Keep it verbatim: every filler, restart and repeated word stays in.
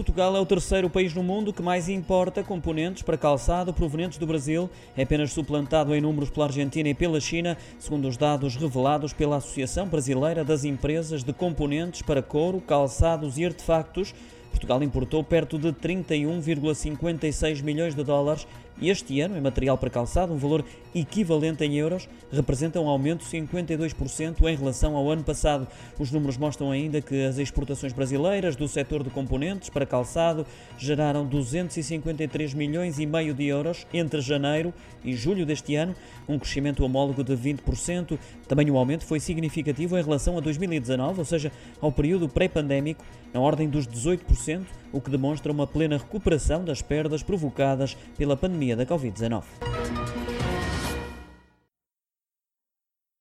Portugal é o terceiro país no mundo que mais importa componentes para calçado provenientes do Brasil. É apenas suplantado em números pela Argentina e pela China, segundo os dados revelados pela Associação Brasileira das Empresas de Componentes para Couro, Calçados e Artefactos. Portugal importou perto de trinta e um vírgula cinquenta e seis milhões de dólares e este ano, em material para calçado, um valor equivalente em euros, representa um aumento de cinquenta e dois por cento em relação ao ano passado. Os números mostram ainda que as exportações brasileiras do setor de componentes para calçado geraram duzentos e cinquenta e três milhões e meio de euros entre janeiro e julho deste ano, um crescimento homólogo de vinte por cento. Também o aumento foi significativo em relação a dois mil e dezanove, ou seja, ao período pré-pandémico, na ordem dos dezoito por cento, o que demonstra uma plena recuperação das perdas provocadas pela pandemia da covid dezanove.